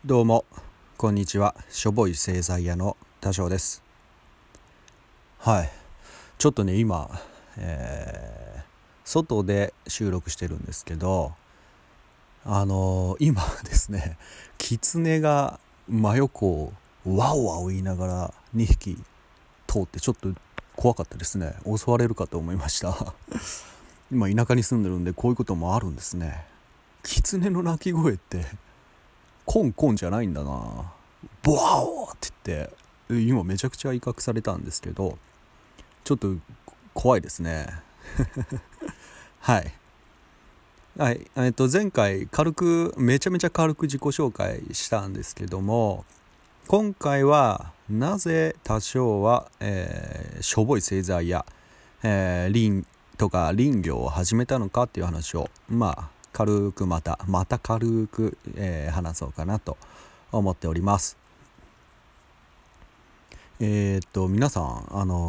どうもこんにちは。しょぼい製材屋の多少です。はい、ちょっとね今、外で収録してるんですけど、今ですね、キツネが真横をワオワオ言いながら2匹通って、ちょっと怖かったですね。襲われるかと思いました今田舎に住んでるんでこういうこともあるんですね。キツネの鳴き声ってコンコンじゃないんだな。ボワオって言って今めちゃくちゃ威嚇されたんですけど、ちょっと怖いですねはい、はい。前回めちゃめちゃ軽く自己紹介したんですけども、今回はなぜ多少は、しょぼい製材や、林とか林業を始めたのかっていう話を軽くまた軽く、話そうかなと思っております。皆さん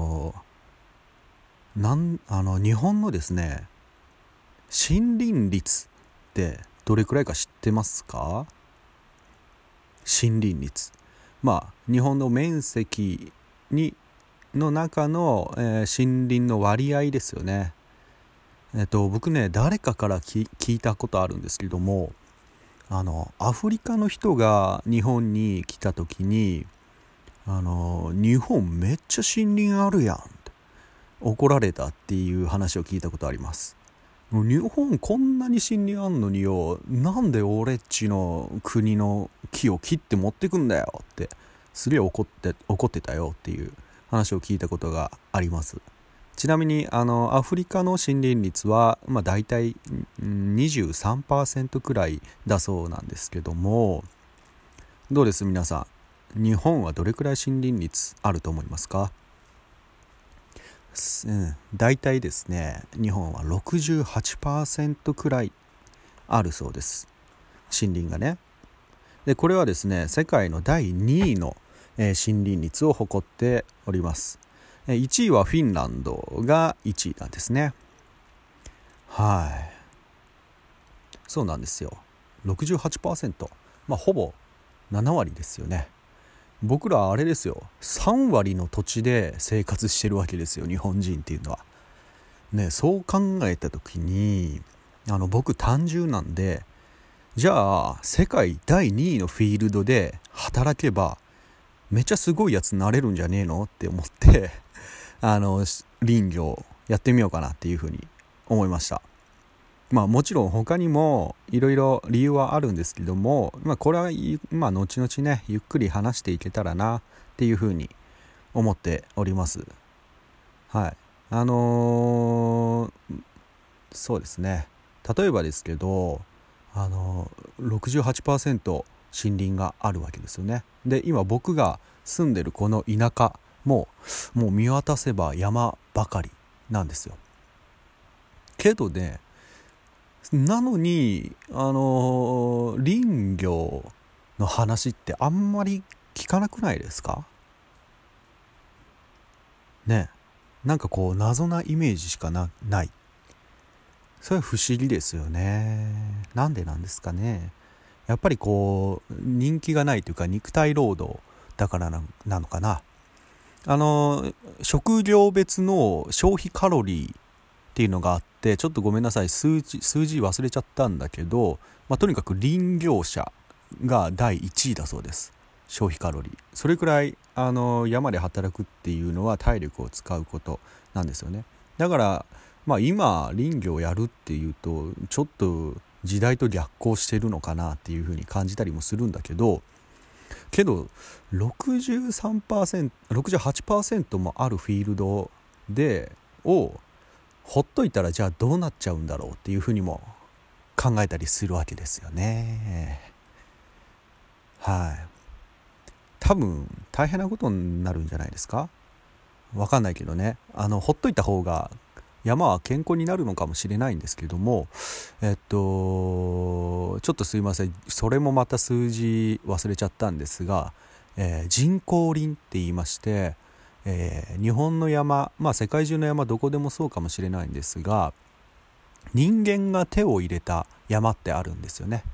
日本のですね、森林率ってどれくらいか知ってますか？森林率、日本の面積の中の、森林の割合ですよね。僕ね、誰かから聞いたことあるんですけども、アフリカの人が日本に来た時に、日本めっちゃ森林あるやんって怒られたっていう話を聞いたことあります。日本こんなに森林あんのによ、なんで俺っちの国の木を切って持ってくんだよってすげえ怒ってたよっていう話を聞いたことがあります。ちなみにアフリカの森林率は、だいたい23% くらいだそうなんですけども、どうです皆さん、日本はどれくらい森林率あると思いますか？だいたいですね、日本は68% くらいあるそうです。森林がね。でこれはですね、世界の第2位の、森林率を誇っております。1位はフィンランドが1位なんですね。はい、そうなんですよ。 68%、ほぼ7割ですよね。僕らあれですよ、3割の土地で生活してるわけですよ、日本人っていうのはね。そう考えた時に僕単純なんで、じゃあ世界第2位のフィールドで働けばめっちゃすごいやつになれるんじゃねえのって思って林業やってみようかなっていうふうに思いました。もちろん他にもいろいろ理由はあるんですけども、これは後々ねゆっくり話していけたらなっていうふうに思っております。はい。そうですね、例えばですけど68% 森林があるわけですよね。で今僕が住んでるこの田舎ももう見渡せば山ばかりなんですよ。けどね、なのに林業の話ってあんまり聞かなくないですかね。なんかこう謎なイメージしかない。それは不思議ですよね。なんでなんですかね。やっぱりこう人気がないというか肉体労働だからなのかな。職業別の消費カロリーっていうのがあって、ちょっとごめんなさい、数字忘れちゃったんだけど、とにかく林業者が第1位だそうです。消費カロリーそれくらい山で働くっていうのは体力を使うことなんですよね。だから今林業をやるっていうとちょっと時代と逆行してるのかなっていうふうに感じたりもするんだけど、63%、68% もあるフィールドをほっといたらじゃあどうなっちゃうんだろうっていうふうにも考えたりするわけですよね。はい。多分大変なことになるんじゃないですか。わかんないけどね、ほっといた方が山は健康になるのかもしれないんですけども、ちょっとすいません、それもまた数字忘れちゃったんですが、人工林って言いまして、日本の山、世界中の山どこでもそうかもしれないんですが、人間が手を入れた山ってあるんですよね。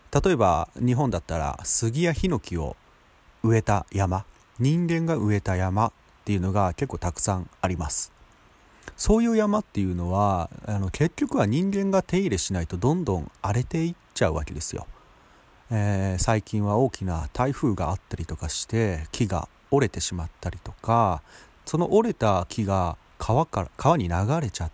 例えば日本だったら杉やヒノキを植えた山、人間が植えた山っていうのが結構たくさんあります。そういう山っていうのは結局は人間が手入れしないとどんどん荒れていっちゃうわけですよ。最近は大きな台風があったりとかして木が折れてしまったりとか、その折れた木が川に流れちゃって、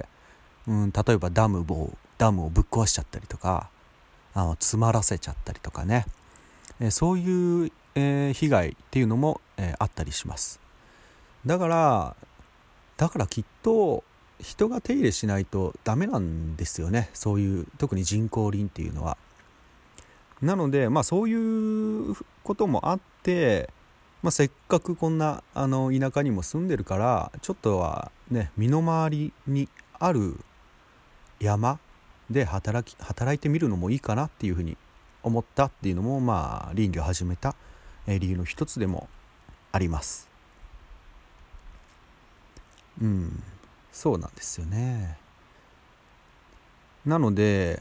例えばダムをぶっ壊しちゃったりとか、詰まらせちゃったりとかね、そういう、被害っていうのも、あったりします。だからきっと人が手入れしないとダメなんですよね、そういう特に人工林っていうのは。なのでそういうこともあって、せっかくこんな田舎にも住んでるから、ちょっとはね身の回りにある山で働いてみるのもいいかなっていうふうに思ったっていうのも林業を始めた理由の一つでもあります。そうなんですよね。なので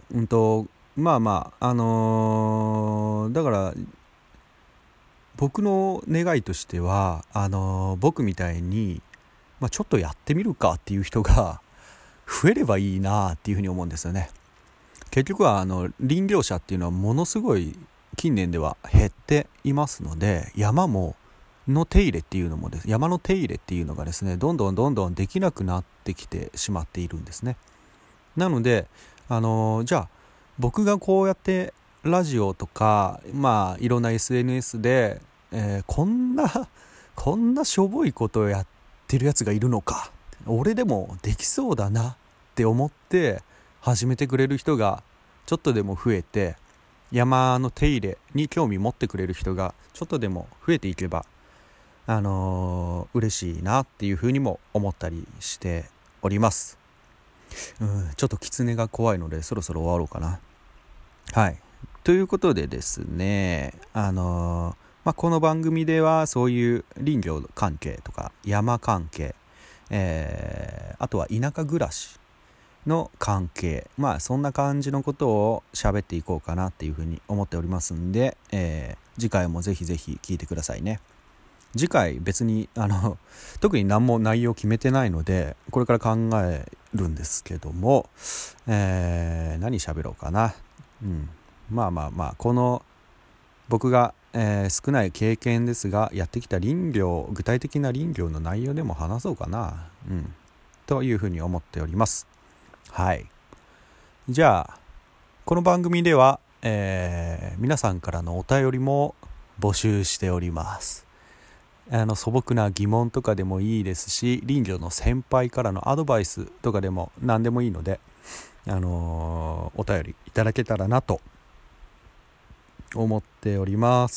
だから僕の願いとしては僕みたいに、ちょっとやってみるかっていう人が増えればいいなっていうふうに思うんですよね。結局は林業者っていうのはものすごい近年では減っていますので、山の手入れっていうのがですね、どんどんできなくなってきてしまっているんですね。なのでじゃあ僕がこうやってラジオとかいろんな SNS で、こんなしょぼいことをやってるやつがいるのか、俺でもできそうだなって思って始めてくれる人がちょっとでも増えて、山の手入れに興味持ってくれる人がちょっとでも増えていけば嬉しいなっていうふうにも思ったりしております。ちょっと狐が怖いのでそろそろ終わろうかな。はい、ということでですね、この番組ではそういう林業関係とか山関係、あとは田舎暮らしの関係、そんな感じのことを喋っていこうかなっていうふうに思っておりますんで、次回もぜひぜひ聞いてくださいね。次回別に特に何も内容決めてないのでこれから考えるんですけども、何喋ろうかな。この僕が、少ない経験ですがやってきた具体的な林業の内容でも話そうかな、というふうに思っております。はい。じゃあこの番組では、皆さんからのお便りも募集しております。素朴な疑問とかでもいいですし、林業の先輩からのアドバイスとかでも何でもいいので、お便りいただけたらなと思っております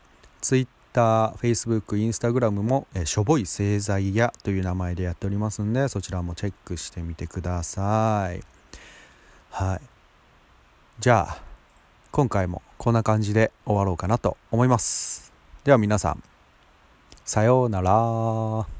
。Twitter、Facebook、Instagram も、しょぼい製材屋という名前でやっておりますので、そちらもチェックしてみてください。はい。じゃあ今回もこんな感じで終わろうかなと思います。では皆さん、さようなら。